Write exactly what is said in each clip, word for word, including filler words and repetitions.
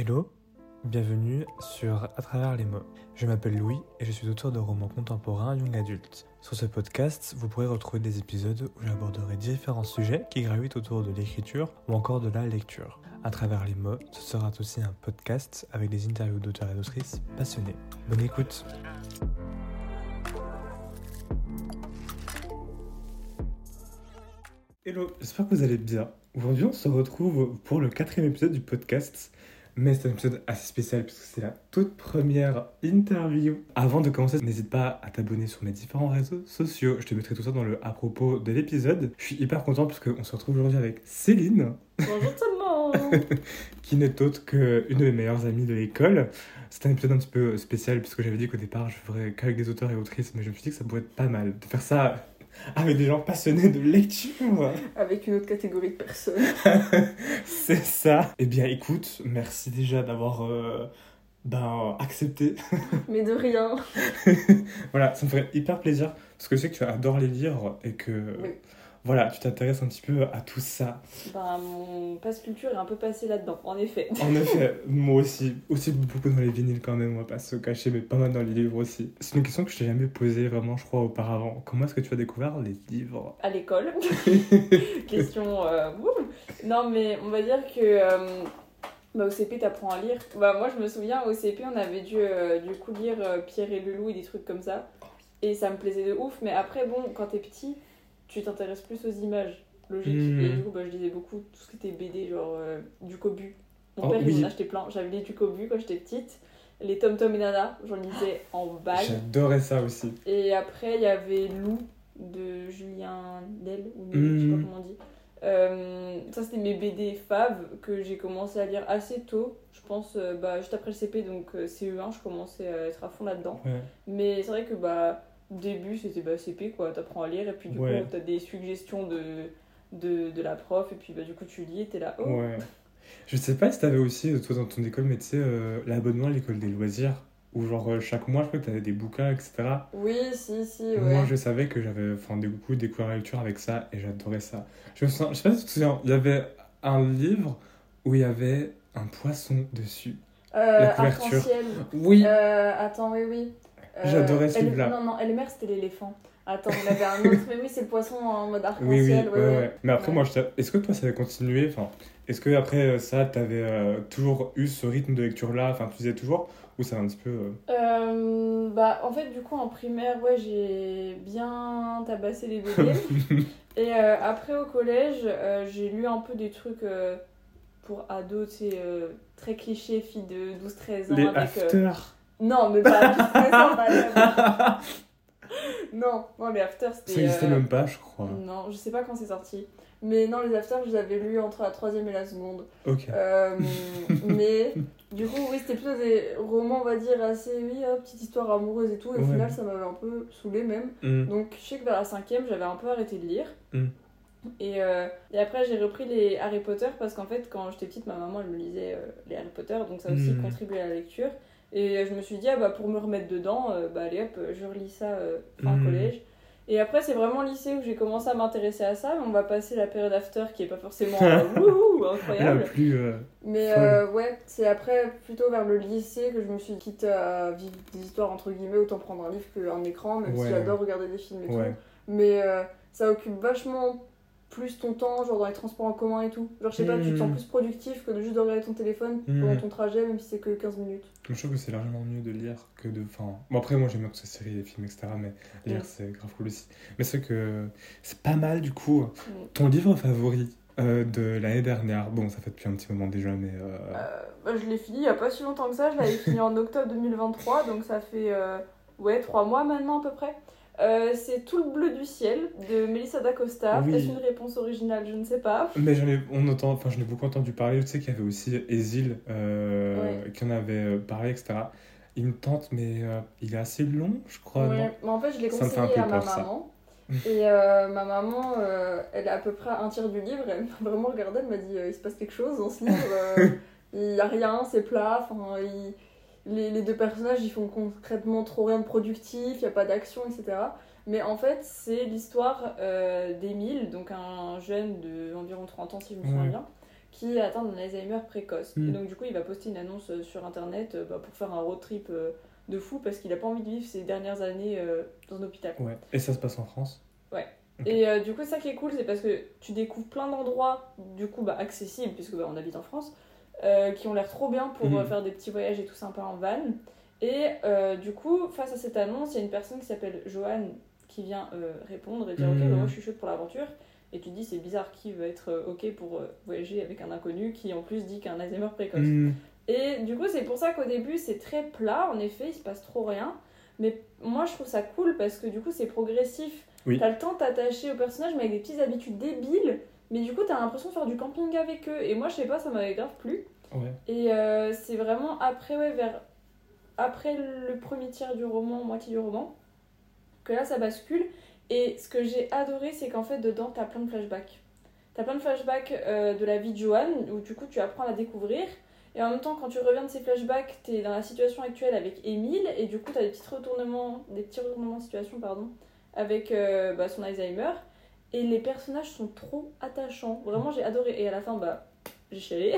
Hello, bienvenue sur À travers les mots. Je m'appelle Louis et je suis auteur de romans contemporains young adultes. Sur ce podcast, vous pourrez retrouver des épisodes où j'aborderai différents sujets qui gravitent autour de l'écriture ou encore de la lecture. À travers les mots, ce sera aussi un podcast avec des interviews d'auteurs et d'autrices passionnés. Bonne écoute. Hello, j'espère que vous allez bien. Aujourd'hui, on se retrouve pour le quatrième épisode du podcast. Mais c'est un épisode assez spécial puisque c'est la toute première interview. Avant de commencer, n'hésite pas à t'abonner sur mes différents réseaux sociaux. Je te mettrai tout ça dans le à propos de l'épisode. Je suis hyper content puisqu'on se retrouve aujourd'hui avec Céline. Bonjour tout le monde. Qui n'est autre qu'une de mes meilleures amies de l'école. C'est un épisode un petit peu spécial puisque j'avais dit qu'au départ je ferais qu'avec des auteurs et autrices. Mais je me suis dit que ça pourrait être pas mal de faire ça avec des gens passionnés de lecture. Avec une autre catégorie de personnes. C'est ça. Eh bien, écoute, merci déjà d'avoir euh, ben, accepté. Mais de rien. Voilà, ça me ferait hyper plaisir parce que je sais que tu adores les livres et que Oui. voilà, tu t'intéresses un petit peu à tout ça. Ben, mon passe culture est un peu passé là-dedans, en effet. En effet, moi aussi. Aussi beaucoup dans les vinyles quand même, on va pas se cacher, mais pas mal dans les livres aussi. C'est une question que je t'ai jamais posée vraiment, je crois, auparavant. Comment est-ce que tu as découvert les livres ? À l'école. Question... Euh, ouh. Non, mais on va dire que... Euh, bah, au C P, t'apprends à lire. Bah, moi, je me souviens, au C P, on avait dû euh, du coup lire euh, Pierre et le loup et des trucs comme ça. Et ça me plaisait de ouf. Mais après, bon, quand t'es petit, tu t'intéresses plus aux images. Logique. Mmh. Et du coup, bah, je lisais beaucoup tout ce qui était B D, genre euh, du Cobu. Mon Oh, père, oui. il m'en achetait plein. J'avais les du Cobu quand j'étais petite. Les Tom Tom et Nana, j'en lisais en balle. J'adorais ça aussi. Et après, il y avait Lou de Julien Del, ou Nel, Mmh. je sais pas comment on dit. Euh, ça, c'était mes B D faves que j'ai commencé à lire assez tôt. Je pense euh, bah, juste après le C P, donc euh, C E un, je commençais à être à fond là-dedans. Ouais. Mais c'est vrai que bah, au début, c'était bah, C P, quoi. T'apprends à lire et puis du Ouais. coup, t'as des suggestions de, de, de la prof et puis bah, du coup, tu lis et t'es là. Oh. Ouais. Je sais pas si t'avais aussi, toi dans ton école, mais tu sais, euh, l'abonnement à l'école des loisirs, où genre euh, chaque mois, je crois que t'avais des bouquins, et cetera. Oui, si, si, ouais. Moi, je savais que j'avais enfin, des beaucoup découvert la lecture avec ça et j'adorais ça. Je me souviens, je sais pas si tu te souviens, il y avait un livre où il y avait un poisson dessus. Euh, La couverture. Arc-en-ciel. Oui, Euh, attends, oui, oui. Euh, J'adorais ce Elle- livre-là. Non, non, Elmer, c'était l'éléphant. Attends, il avait un autre. Mais oui, c'est le poisson en mode oui, oui, arc-en-ciel. ouais, ouais, ouais. Mais après, Ouais. moi, je t'a- est-ce que toi, ça avait continué enfin, est-ce que après euh, ça, t'avais euh, toujours eu ce rythme de lecture-là Enfin, tu disais toujours ou ça a un petit peu. euh, Euh, bah, en fait, du coup, en primaire, ouais, j'ai bien tabassé les B D. Et euh, après, au collège, euh, j'ai lu un peu des trucs euh, pour ados, tu sais, euh, très clichés, filles de douze treize ans. Les avec, euh, after Non, mais pas douze treize ans, pas là. Non, non, les afters, c'était... Ça n'existait euh, même pas, je crois. Non, je sais pas quand c'est sorti. Mais non, les afters, je les avais lus entre la troisième et la seconde. Ok. Euh, mais du coup, oui, c'était plutôt des romans, on va dire, assez, oui, hop, petite histoire amoureuse et tout. Et au Ouais. final, ça m'avait un peu saoulée même. Mm. Donc, je sais que vers la cinquième, j'avais un peu arrêté de lire. Mm. Et, euh, et après, j'ai repris les Harry Potter parce qu'en fait, quand j'étais petite, ma maman, elle me lisait euh, les Harry Potter. Donc, ça a aussi Mm. contribué à la lecture. Et je me suis dit, ah, bah, pour me remettre dedans, euh, bah, allez hop, je relis ça euh, fin Mm. collège. Et après, c'est vraiment au lycée où j'ai commencé à m'intéresser à ça. Mais on va passer la période after qui est pas forcément euh, wouhou, La incroyable. plus. euh, Mais folle. euh, ouais, c'est après, plutôt vers le lycée, que je me suis dit, quitte à vivre des histoires entre guillemets, autant prendre un livre qu'un écran, même Ouais. si j'adore regarder des films et Ouais. tout. Mais euh, ça occupe vachement plus ton temps, genre dans les transports en commun et tout. Genre, je sais pas, tu te sens Mm. plus productif que de juste de regarder ton téléphone Mm. pendant ton trajet, même si c'est que quinze minutes. Je trouve que c'est largement mieux de lire que de. Enfin, bon, après, moi j'aime bien toutes ces séries, les films, et cetera. Mais lire, Mm. c'est grave cool aussi. Mais c'est vrai que c'est pas mal du coup. Mm. Ton livre favori euh, de l'année dernière, bon, ça fait depuis un petit moment déjà, mais. euh, Euh, bah, je l'ai fini il y a pas si longtemps que ça, je l'avais fini en octobre deux mille vingt-trois, donc ça fait euh, ouais, trois mois maintenant à peu près. Euh, c'est Tout le bleu du ciel de Melissa d'Acosta. Oui. Est-ce une réponse originale? Je ne sais pas. Mais j'en ai, on entend, enfin, j'en ai beaucoup entendu parler. Tu sais qu'il y avait aussi Ésil euh, qui en avait euh, parlé, et cetera. Il me tente, mais euh, il est assez long, je crois. Ouais, Non mais en fait, je l'ai Ça me fait un conseillé peu à ma peur, ça. maman. Et euh, ma maman, euh, elle est à peu près à un tiers du livre. Elle m'a vraiment regardé, elle m'a dit euh, il se passe quelque chose dans ce livre. euh, il y a rien, c'est plat. Enfin, il- les, les deux personnages, ils font concrètement trop rien de productif, il n'y a pas d'action, et cetera. Mais en fait, c'est l'histoire euh, d'Émile, donc un jeune d'environ trente ans, si je me souviens Ouais. bien, qui atteignent un Alzheimer précoce. Mm. Et donc du coup il va poster une annonce sur internet euh, bah, pour faire un road trip euh, de fou parce qu'il a pas envie de vivre ses dernières années euh, dans un hôpital. Ouais. Et ça se passe en France? Ouais. Okay. Et euh, du coup ça qui est cool c'est parce que tu découvres plein d'endroits du coup bah, accessibles puisque bah, on habite en France euh, qui ont l'air trop bien pour Mm. euh, faire des petits voyages et tout sympa en van. Et euh, du coup face à cette annonce il y a une personne qui s'appelle Johan qui vient euh, répondre et dire Mm. ok bah, moi je suis chaude pour l'aventure. Et tu te dis, c'est bizarre, qui veut être euh, ok pour euh, voyager avec un inconnu qui en plus dit qu'il a un Alzheimer précoce. Mm. Et du coup, c'est pour ça qu'au début, c'est très plat, en effet, il se passe trop rien. Mais moi, je trouve ça cool parce que du coup, c'est progressif. Oui. T'as le temps de t'attacher au personnage, mais avec des petites habitudes débiles. Mais du coup, t'as l'impression de faire du camping avec eux. Et moi, je sais pas, ça m'avait grave plu. Ouais. Et euh, c'est vraiment après, ouais, vers. Après le premier tiers du roman, moitié du roman, que là, ça bascule. Et ce que j'ai adoré, c'est qu'en fait, dedans, t'as plein de flashbacks. T'as plein de flashbacks euh, de la vie de Johan, où du coup, tu apprends à la découvrir. Et en même temps, quand tu reviens de ces flashbacks, t'es dans la situation actuelle avec Émile, et du coup, t'as des petits retournements, des petits retournements de situation, pardon, avec euh, bah, son Alzheimer. Et les personnages sont trop attachants. Vraiment, j'ai adoré. Et à la fin, bah, j'ai chialé.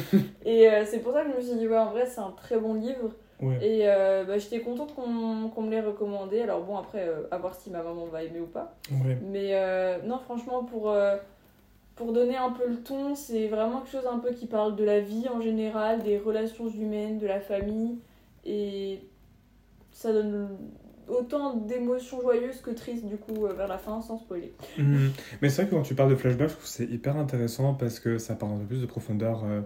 Et euh, c'est pour ça que je me suis dit, ouais, en vrai, c'est un très bon livre. Ouais. Et euh, bah, j'étais contente qu'on, qu'on me l'ait recommandé. Alors bon, après, euh, à voir si ma maman va aimer ou pas. Ouais. Mais euh, non, franchement, pour, euh, pour donner un peu le ton, c'est vraiment quelque chose un peu qui parle de la vie en général, des relations humaines, de la famille. Et ça donne autant d'émotions joyeuses que tristes, du coup, euh, vers la fin, sans spoiler. Mmh. Mais c'est vrai que quand tu parles de flashback, je trouve que c'est hyper intéressant parce que ça apporte un peu plus de profondeur euh,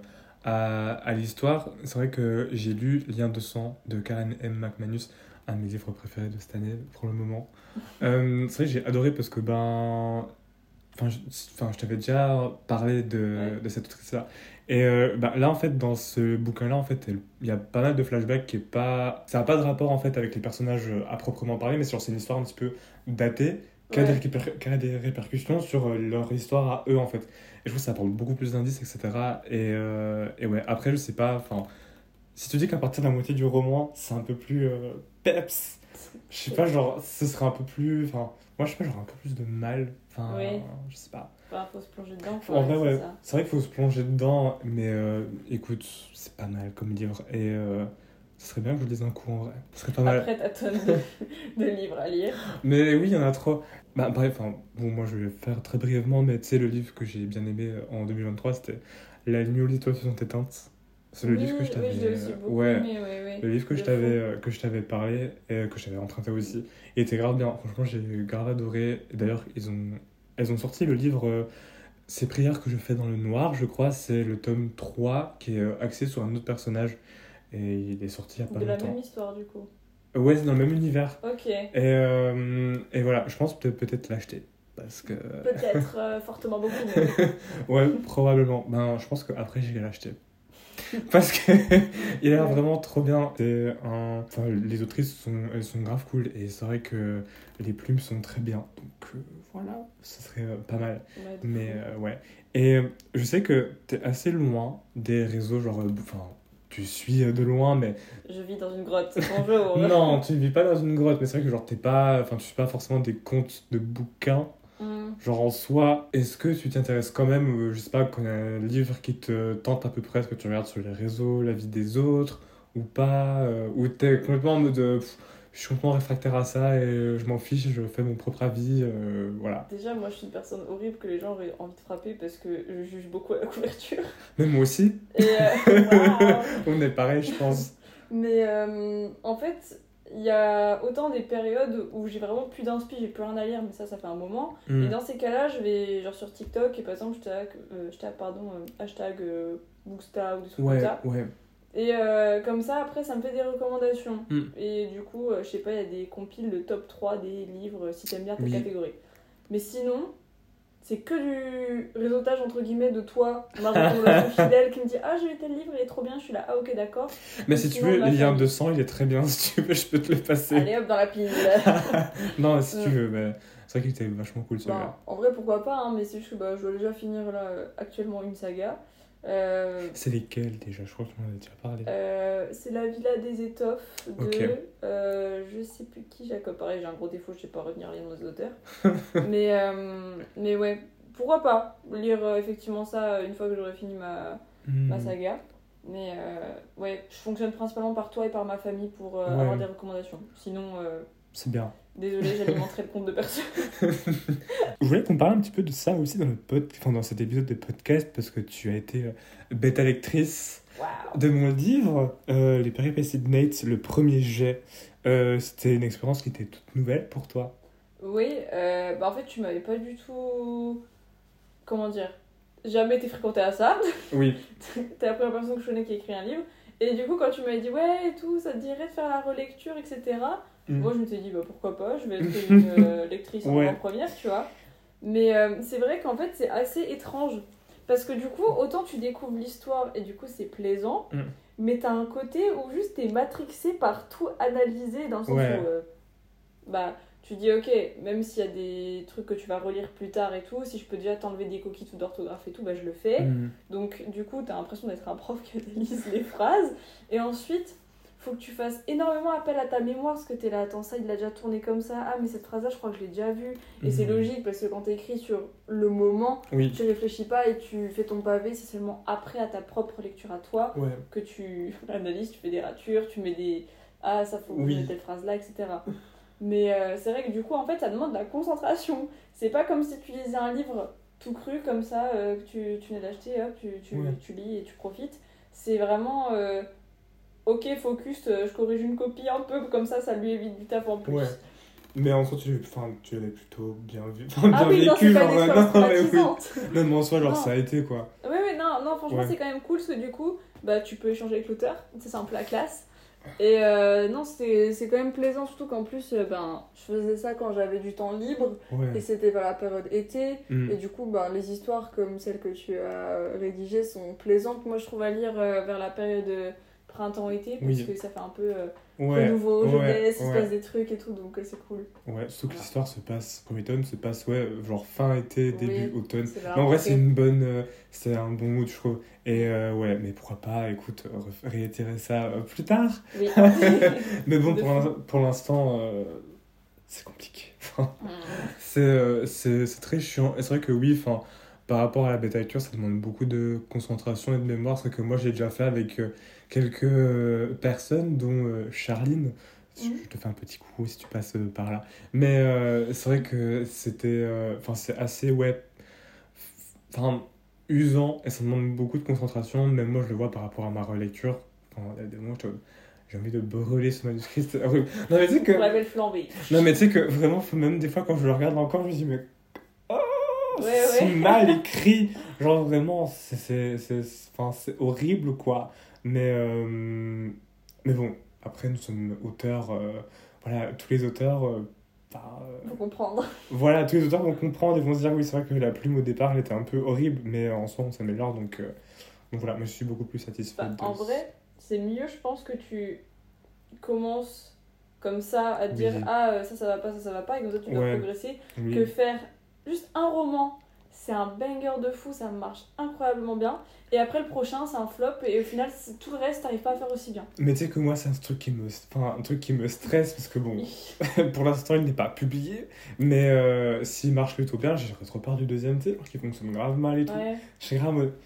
à, à l'histoire. C'est vrai que j'ai lu Lien de sang de Karen M. McManus, un de mes livres préférés de cette année pour le moment. euh, c'est vrai que j'ai adoré parce que ben... Enfin, je, enfin, je t'avais déjà parlé de, Ouais. de cette autrice-là. Et euh, bah, là, en fait, dans ce bouquin-là, en fait, elle- il y a pas mal de flashbacks qui est pas... Ça n'a pas de rapport, en fait, avec les personnages euh, à proprement parler, mais sur c'est une histoire un petit peu datée, qui a, Ouais. des, réper- qui a des répercussions sur euh, leur histoire à eux, en fait. Et je trouve que ça apporte beaucoup plus d'indices, et cetera. Et, euh, et ouais, après, je sais pas... Enfin, si tu dis qu'à partir de la moitié du roman, c'est un peu plus euh, peps, je sais pas, genre, ce serait un peu plus... Enfin, moi, je sais pas, j'aurais un peu plus de mal. Enfin, Oui. je sais pas. Enfin, faut se plonger dedans. En vrai, c'est ouais. ça. C'est vrai qu'il faut se plonger dedans, mais euh, écoute, c'est pas mal comme livre. Et euh, ce serait bien que je le lise un coup, en vrai. Ce serait pas mal. Après, t'as tonne de, de livres à lire. Mais oui, il y en a trop. Bah, bref, enfin, bon, moi, je vais faire très brièvement, mais tu sais, le livre que j'ai bien aimé euh, en deux mille vingt-trois, c'était La nuit où les étoiles se sont éteintes. C'est le oui, livre que je oui, t'avais... je l'ai aussi beaucoup ouais. aimé, ouais, ouais. Le livre que De je t'avais fou. euh, que je t'avais parlé et que je t'avais emprunté aussi, il était grave bien. Franchement, j'ai grave adoré. Et d'ailleurs, ils ont elles ont sorti le livre euh, Ces prières que je fais dans le noir, je crois, c'est le tome trois qui est euh, axé sur un autre personnage et il est sorti il y a pas De la longtemps. même histoire, du coup. Ouais, c'est dans le même univers. Ok. Et euh, et voilà, je pense peut-être peut-être l'acheter parce que Peut-être, euh, fortement beaucoup, mais... ouais, probablement. Ben, je pense qu'après j'irai l'acheter. Parce que il a l'air Ouais. vraiment trop bien. C'est un... enfin, les autrices sont, elles sont grave cool et c'est vrai que les plumes sont très bien. Donc euh, voilà, ce serait euh, pas mal. Ouais, de Mais fou. euh, ouais. Et euh, je sais que t'es assez loin des réseaux, genre. euh, Enfin, tu suis euh, de loin, mais. Je vis dans une grotte, bonjour. Non, tu vis pas dans une grotte, mais c'est vrai que genre t'es pas. Enfin, tu suis pas forcément des comptes de bouquins. Hum. Genre en soi, est-ce que tu t'intéresses quand même, euh, je sais pas, quand il y a un livre qui te tente à peu près, ce que tu regardes sur les réseaux, la vie des autres, ou pas, euh, ou t'es complètement en mode, euh, pff, je suis complètement réfractaire à ça et euh, je m'en fiche, je fais mon propre avis, euh, voilà. Déjà, moi, je suis une personne horrible que les gens auraient envie de frapper parce que je juge beaucoup à la couverture. Mais moi aussi, Et euh, waouh. on est pareil, je pense. Mais euh, en fait, il y a autant des périodes où j'ai vraiment plus d'inspi, j'ai plus rien à lire, mais ça, ça fait un moment. Mm. Et dans ces cas-là, je vais genre sur TikTok et par exemple, je tag, euh, je tag pardon, euh, hashtag euh, Booksta ou des trucs Ouais, comme ça. ouais. Et euh, comme ça, après, ça me fait des recommandations. Mm. Et du coup, euh, je sais pas, il y a des compiles de top trois des livres euh, si t'aimes bien ta Oui. catégorie. Mais sinon, c'est que du réseautage entre guillemets de toi, ma recommandation fidèle qui me dit ah j'ai lu tel livre, il est trop bien, je suis là, ah ok d'accord. Mais si tu Sinon, veux, ma les liens famille. de sang, il est très bien, si tu veux, je peux te le passer. Allez hop dans la pile. Non, si tu Mm. veux, mais c'est vrai qu'il était vachement cool celui-là. Bah, en vrai pourquoi pas, hein, mais c'est juste que bah, je dois déjà finir là euh, actuellement une saga. Euh, C'est lesquels déjà? Je crois que tu m'en as déjà parlé. euh, c'est la Villa des Étoffes de Ok. euh, je sais plus qui, Jacob. Pareil, j'ai un gros défaut, je sais pas retenir les noms des auteurs. mais, euh, mais ouais, pourquoi pas lire euh, effectivement ça une fois que j'aurai fini ma, Hmm. ma saga. Mais euh, ouais, je fonctionne principalement par toi et par ma famille pour euh, Ouais. avoir des recommandations. Sinon, euh, C'est bien. désolé, j'alimenterai le compte de personne. Je voulais qu'on parle un petit peu de ça aussi dans, le pod... enfin, dans cet épisode de podcast parce que tu as été euh, bêta lectrice Waouh! de mon livre, euh, Les péripéties de Nate, le premier jet. Euh, c'était une expérience qui était toute nouvelle pour toi. Oui, euh, bah en fait, tu m'avais pas du tout. Comment dire? Jamais été fréquentée à ça. Oui. T'es la première personne que je connais qui a écrit un livre. Et du coup, quand tu m'avais dit ouais et tout, ça te dirait de faire la relecture, et cetera. Mm. Moi, je m'étais dit bah pourquoi pas, je vais être une euh, lectrice en Ouais. première, tu vois. Mais euh, c'est vrai qu'en fait, c'est assez étrange. Parce que du coup, autant tu découvres l'histoire et du coup, c'est plaisant. Mm. Mais t'as un côté où juste t'es matrixé par tout analyser dans le sens Ouais. où. euh, bah. Tu dis ok, même s'il y a des trucs que tu vas relire plus tard et tout, si je peux déjà t'enlever des coquilles tout d'orthographe et tout, bah je le fais. Mm. Donc du coup, t'as l'impression d'être un prof qui analyse les phrases. Et ensuite, faut que tu fasses énormément appel à ta mémoire parce que t'es là, attends, ça il l'a déjà tourné comme ça. Ah, mais cette phrase-là, je crois que je l'ai déjà vue. Et c'est Mm. logique parce que quand t'écris sur le moment, Oui. tu réfléchis pas et tu fais ton pavé, c'est seulement après à ta propre lecture à toi Ouais. que tu analyses, tu fais des ratures, tu mets des ah, ça faut que Oui. je mette telle phrase-là, et cetera. Mais euh, c'est vrai que du coup, en fait, ça demande de la concentration. C'est pas comme si tu lisais un livre tout cru comme ça, euh, que tu, tu venais d'acheter, hop, tu, tu, Ouais. tu lis et tu profites. C'est vraiment, euh, ok, focus, euh, je corrige une copie un peu, comme ça, ça lui évite du taf en plus. Ouais. Mais en soi, tu, enfin, tu l'avais plutôt bien vu. Enfin, Ah bien oui, non, vécu, c'est pas genre, une euh, expérience non, mais oui. traumatisante. Non, mais en soi, genre, Non. ça a été quoi. Oui, oui, non, non, franchement, Ouais. c'est quand même cool parce que du coup, bah, tu peux échanger avec l'auteur, ça, c'est un peu la classe. Et euh, non, c'est c'est quand même plaisant, surtout qu'en plus, euh, ben, je faisais ça quand j'avais du temps libre, et Ouais. c'était vers la période été, Mm. et du coup, ben, les histoires comme celles que tu as rédigées sont plaisantes, moi je trouve à lire euh, vers la période euh, printemps-été, parce Oui. que ça fait un peu euh, Ouais. renouveau, Ouais. jeunesse, il se Ouais. passe des trucs et tout, donc euh, c'est cool. Ouais, surtout que Voilà. l'histoire se passe, premier tome se passe, ouais, genre fin été, début Oui, automne. c'est Mais en vraiment vrai, fait. c'est une bonne. euh, c'est un bon mood, je trouve. Et euh, ouais, mais pourquoi pas, écoute, euh, ré- réitérer ça euh, plus tard. Oui. Mais bon, De pour fou. l'in- pour l'instant, euh, c'est compliqué. Enfin, Mm. c'est euh, c'est c'est très chiant. Et c'est vrai que oui, enfin, par rapport à la bêta lecture, ça demande beaucoup de concentration et de mémoire. C'est que moi, j'ai déjà fait avec euh, quelques euh, personnes, dont euh, Charline. Mhm. Je te fais un petit coucou si tu passes euh, par là. Mais euh, c'est vrai que c'était. euh, Enfin, c'est assez, ouais. Enfin, usant et ça demande beaucoup de concentration. Même moi, je le vois par rapport à ma relecture. Enfin, il y a des moments où je- j'ai envie de brûler ce manuscrit. C'est horrible. Non, mais tu sais que. Pour la belle flambée. Non, mais tu sais que vraiment, faut- même des fois, quand je le regarde encore, je me dis, mais. Oh, Ouais, c'est ouais. mal écrit. Genre, vraiment, c'est, c'est, c'est, enfin, c'est horrible, quoi. Mais, euh, mais bon, après, nous sommes auteurs. euh, voilà, tous les auteurs. euh, bah, euh, Faut comprendre. voilà, tous les auteurs vont comprendre et vont se dire, oui, c'est vrai que la plume au départ, elle était un peu horrible, mais en soi, on s'améliore. Donc, euh, donc voilà, moi, je suis beaucoup plus satisfait. Bah, de en ce- vrai, c'est mieux, je pense, que tu commences comme ça à te dire Oui. ah euh, ça ça va pas, ça ça va pas, et comme ça tu vas Ouais. progresser, Oui. que faire juste un roman, c'est un banger de fou, ça marche incroyablement bien, et après le prochain c'est un flop, et au final c'est- tout le reste t'arrives pas à faire aussi bien. Mais tu sais que moi, c'est un truc qui me, enfin, un truc qui me stresse parce que bon, pour l'instant, il n'est pas publié, mais euh, s'il marche plutôt bien, j'aurais trop peur du deuxième, tu sais, alors qu'il fonctionne grave mal et tout. Ouais. Je serais grave en mode.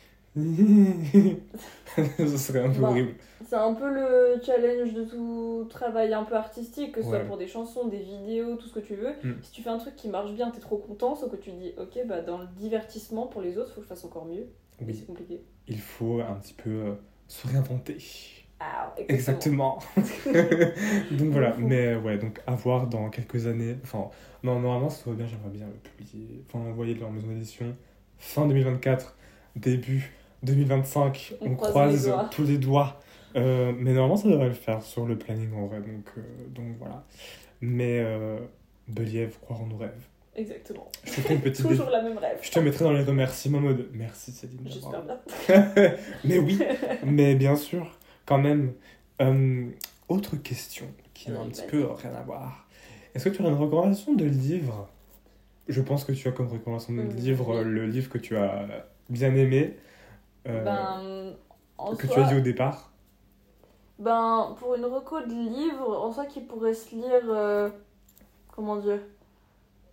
Ce serait un peu Bah. horrible. C'est un peu le challenge de tout travail un peu artistique, que ce soit Ouais. pour des chansons, des vidéos, tout ce que tu veux. Mm. Si tu fais un truc qui marche bien, t'es trop content, sauf que tu te dis ok bah dans le divertissement pour les autres faut que je fasse encore mieux. Et Oui, c'est compliqué. il faut un petit peu euh, se réinventer. Ah, exactement. Exactement. Donc voilà, Fou. mais euh, ouais, donc à voir dans quelques années. Enfin, non, normalement, ça va bien, j'aimerais bien le publier. Enfin, envoyer dans la maison d'édition fin deux mille vingt-quatre, début deux mille vingt-cinq. On On, croise croise les doigts. tous les doigts. Euh, mais normalement, ça devrait le faire sur le planning en vrai. Donc, euh, donc voilà. Mais euh, Beliève, croire en nos rêves. Exactement. Je te ferai une petite Toujours dé- la même rêve. Je te mettrai dans les remerciements en mode merci Céline. J'espère d'avoir- bien. Mais oui, mais bien sûr, quand même. Euh, autre question qui n'a un Oui, petit vas-y. peu rien à voir. Est-ce que tu as une recommandation de livre? Je pense que tu as comme recommandation de Euh, livre oui. euh, le livre que tu as bien aimé, euh, Ben, en que soi, tu as dit au départ. ben, pour une reco de livre, en soi qui pourrait se lire, euh, comment dire,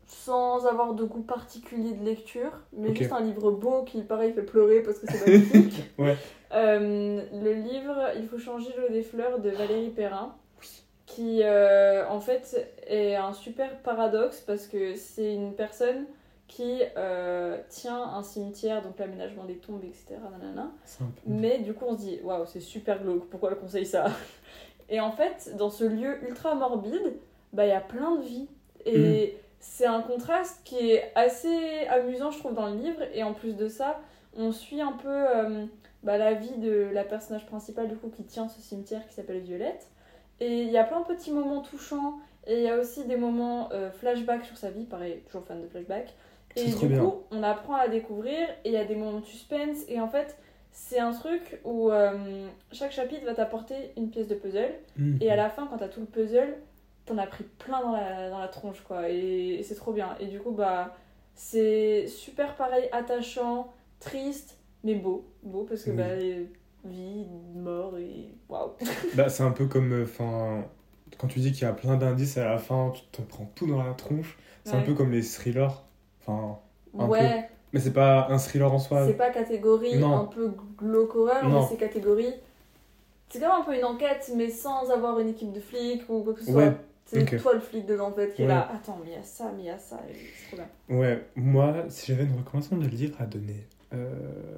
sans avoir de goût particulier de lecture, mais Ok. juste un livre beau qui, pareil, fait pleurer parce que c'est magnifique. Ouais. Euh, le livre Il faut changer l'eau des fleurs de Valérie Perrin, qui euh, en fait est un super paradoxe parce que c'est une personne qui euh, tient un cimetière, donc l'aménagement des tombes, et cetera. Nanana. C'est un peu... Mais du coup, on se dit, waouh, c'est super glauque, pourquoi elle conseille ça? Et en fait, dans ce lieu ultra morbide, bah, il y a plein de vie. Et mm. c'est un contraste qui est assez amusant, je trouve, dans le livre. Et en plus de ça, on suit un peu euh, bah, la vie de la personnage principale, du coup, qui tient ce cimetière qui s'appelle Violette. Et il y a plein de petits moments touchants. Et il y a aussi des moments euh, flashback sur sa vie. Pareil, toujours fan de flashback. Et C'est du trop coup, bien. on apprend à la découvrir. Et il y a des moments de suspense. Et en fait... c'est un truc où euh, chaque chapitre va t'apporter une pièce de puzzle. Mmh. Et à la fin, quand t'as tout le puzzle, t'en as pris plein dans la, dans la tronche, quoi. Et, et c'est trop bien. Et du coup, bah, c'est super pareil, attachant, triste, mais beau. Beau parce que, oui. bah, vie, mort et waouh. Bah, c'est un peu comme, enfin, quand tu dis qu'il y a plein d'indices à la fin, tu te prends tout dans la tronche. C'est ouais. un peu comme les thrillers. Enfin, un ouais. peu. Mais c'est pas un thriller en soi. C'est pas catégorie non. un peu glauque horreur, mais c'est catégorie... C'est quand même un peu une enquête, mais sans avoir une équipe de flics ou quoi que ce ouais. soit. C'est okay. toi le flic dedans, en fait, qui ouais. est là. Attends, mais il y a ça, mais il y a ça, et c'est trop bien. Ouais, moi, si j'avais une recommandation de livre à donner... Euh...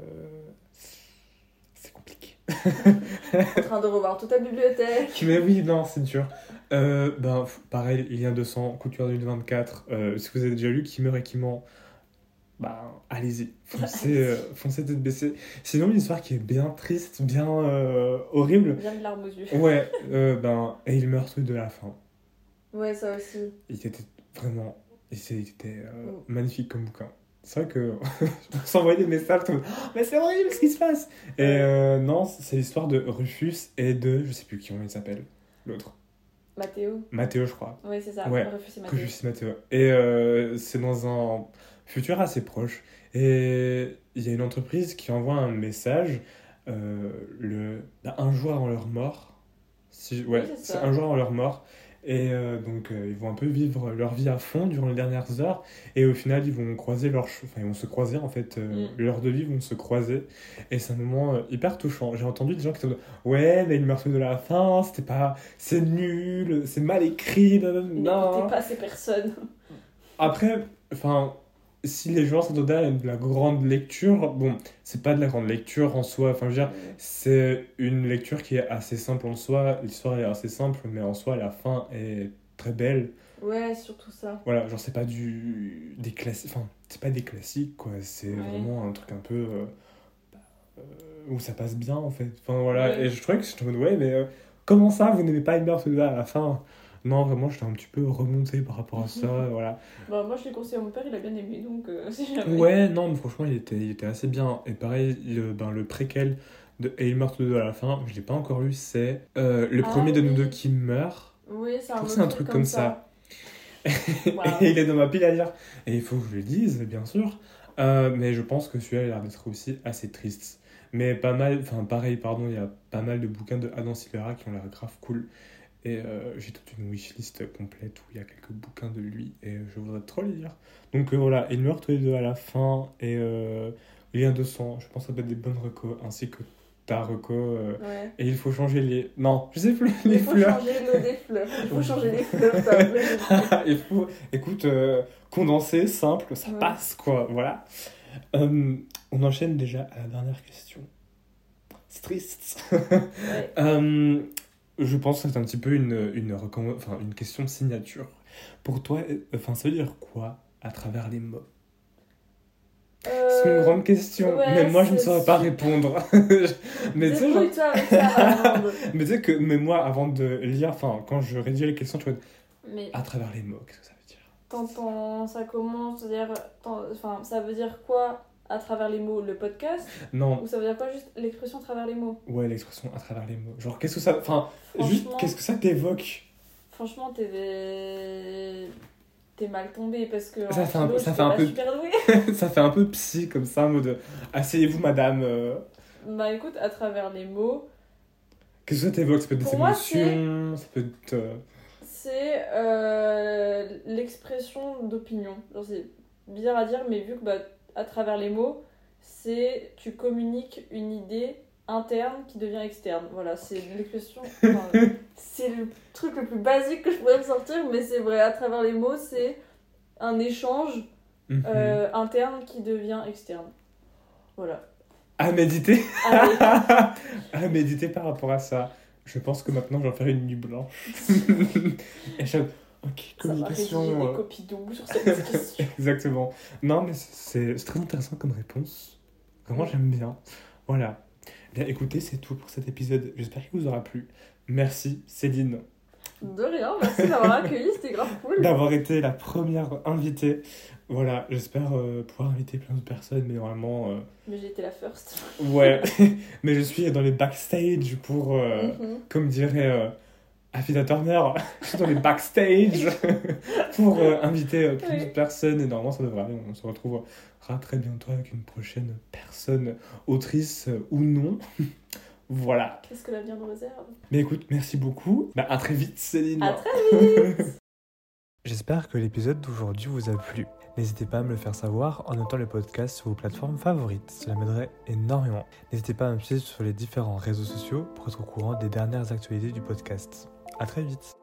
C'est compliqué. En train de revoir toute ta bibliothèque. Mais oui, non, c'est dur. Euh, ben, pareil, il y a deux cents, Coup de cœur deux mille vingt-quatre. Euh, si vous avez déjà lu Qui meurt et qui ment, bah, allez-y, foncez, euh, foncez tête baissée. Sinon, une histoire qui est bien triste, bien euh, horrible. Bien de larmes aux yeux. Ouais, euh, ben, et il meurt de la fin. Ouais, ça aussi. Il était vraiment, il était euh, oh. magnifique comme bouquin. C'est vrai que on s'envoyait des messages comme oh, mais c'est horrible ce qui se passe. Et euh, non, c'est l'histoire de Rufus et de, je sais plus qui on il s'appelle, l'autre. Mathéo. Mathéo, je crois. Oui, c'est ça. Ouais. Rufus et Mathéo. Rufus et Mathéo. Et euh, c'est dans un futur assez proche. Et il y a une entreprise qui envoie un message euh, le... un jour avant leur mort. Si... Ouais, oui, c'est, c'est un jour avant leur mort. Et euh, donc, euh, ils vont un peu vivre leur vie à fond durant les dernières heures. Et au final, ils vont croiser leur... Enfin, ils vont se croiser, en fait. Euh, mm. Leurs deux vies vont se croiser. Et c'est un moment euh, hyper touchant. J'ai entendu des gens qui étaient ouais, mais il meurt de la fin, c'était pas... C'est nul, c'est mal écrit. Non, n'écoutez pas ces personnes. Après, enfin... Si les gens s'attendaient à de la grande lecture, bon, c'est pas de la grande lecture en soi, enfin je veux dire, mmh. c'est une lecture qui est assez simple en soi, l'histoire est assez simple, mais en soi la fin est très belle. Ouais, surtout ça. Voilà, genre c'est pas du... des classiques, enfin, c'est pas des classiques quoi, c'est ouais. vraiment un truc un peu... Euh, euh, où ça passe bien en fait, enfin voilà, ouais. Et je trouvais que j'étais en mode, ouais, mais euh, comment ça, vous n'aimez pas Hilbert Fedua à la fin ? Non, vraiment, j'étais un petit peu remonté par rapport à ça, voilà. Bah, moi, je l'ai conseillé à mon père, il a bien aimé, donc euh, si jamais... Ouais, non, mais franchement, il était, il était assez bien. Et pareil, le, ben, le préquel de Et il meurt tous les deux à la fin, je l'ai pas encore lu, c'est euh, le ah, premier oui. de nous deux qui meurt. Oui, c'est un, c'est un truc comme, comme ça. ça. Wow. Et il est dans ma pile à lire. Et il faut que je le dise, bien sûr. Euh, mais je pense que celui-là, il a l'air d'être aussi assez triste. Mais pas mal, enfin pareil, pardon, il y a pas mal de bouquins de Adam Silvera qui ont l'air grave cool. Et euh, j'ai toute une wishlist complète où il y a quelques bouquins de lui et je voudrais trop les lire. Donc euh, voilà, ils meurent tous les deux à la fin et euh, il y a deux cents, je pense que ça peut être des bonnes recos ainsi que ta reco. Euh, ouais. Et il faut changer les... Non, je sais plus, les il faut fleurs. Changer l'eau des fleurs. Il faut changer les fleurs, ça plaît. Il faut, écoute, euh, condensé, simple, ça ouais. passe quoi, voilà. Euh, on enchaîne déjà à la dernière question. C'est triste. Ouais. euh, Je pense que c'est un petit peu une, une, recomm... enfin, une question de signature. Pour toi, enfin, ça veut dire quoi à travers les mots ? euh... C'est une grande question, ouais, mais moi je ne saurais pas répondre. mais tu sais, genre... ça, mais tu sais que mais moi, avant de lire, enfin, quand je rédigeais les questions, tu vois, mais... à travers les mots, qu'est-ce que ça veut dire ? T'entends, ça commence, c'est-à-dire, enfin, ça veut dire quoi ? À travers les mots, le podcast ? Non. Ou ça veut dire quoi, juste l'expression à travers les mots ? Ouais, l'expression à travers les mots. Genre, qu'est-ce que ça... Enfin, juste, qu'est-ce que ça t'évoque ? Franchement, t'es... T'es mal tombé, parce que... Ça fait un peu... Ça fait un peu... ça fait un peu psy, comme ça, en mode... Asseyez-vous, madame. Euh... Bah, écoute, à travers les mots... Qu'est-ce que ça t'évoque ? Ça peut être des émotions, ça peut être... Euh... c'est euh, l'expression d'opinion. Genre, c'est bizarre à dire, mais vu que bah, à travers les mots, c'est tu communiques une idée interne qui devient externe. Voilà, c'est l'expression. Enfin, c'est le truc le plus basique que je pourrais me sortir, mais c'est vrai, à travers les mots, c'est un échange Mhm. euh, interne qui devient externe. Voilà. À méditer. Allez. À méditer par rapport à ça. Je pense que maintenant, je vais faire une nuit blanche. Et je... Ok, Ça va rédiger communication. des euh, copies doubles sur cette question. Exactement. Non, mais c'est c'est très intéressant comme réponse. Vraiment, j'aime bien. Voilà. Bien, écoutez, c'est tout pour cet épisode. J'espère qu'il vous aura plu. Merci, Céline, De rien, merci d'avoir accueilli, c'était grave cool. d'avoir été la première invitée. Voilà, j'espère euh, pouvoir inviter plein d'autres personnes, mais normalement... euh, Mais j'ai été la first. Ouais, mais je suis dans les backstage pour, euh, Mhm. comme dirait euh, Afida Turner, je suis dans les backstage pour euh, inviter euh, plein Oui. d'autres personnes. Et normalement, ça devrait aller. On se retrouvera très bientôt avec une prochaine personne, autrice euh, ou non. Voilà. Qu'est-ce que l'avenir nous réserve? Mais écoute, merci beaucoup. Bah, à très vite, Céline. À très vite. J'espère que l'épisode d'aujourd'hui vous a plu. N'hésitez pas à me le faire savoir en notant le podcast sur vos plateformes favorites. Cela m'aiderait énormément. N'hésitez pas à me suivre sur les différents réseaux sociaux pour être au courant des dernières actualités du podcast. À très vite.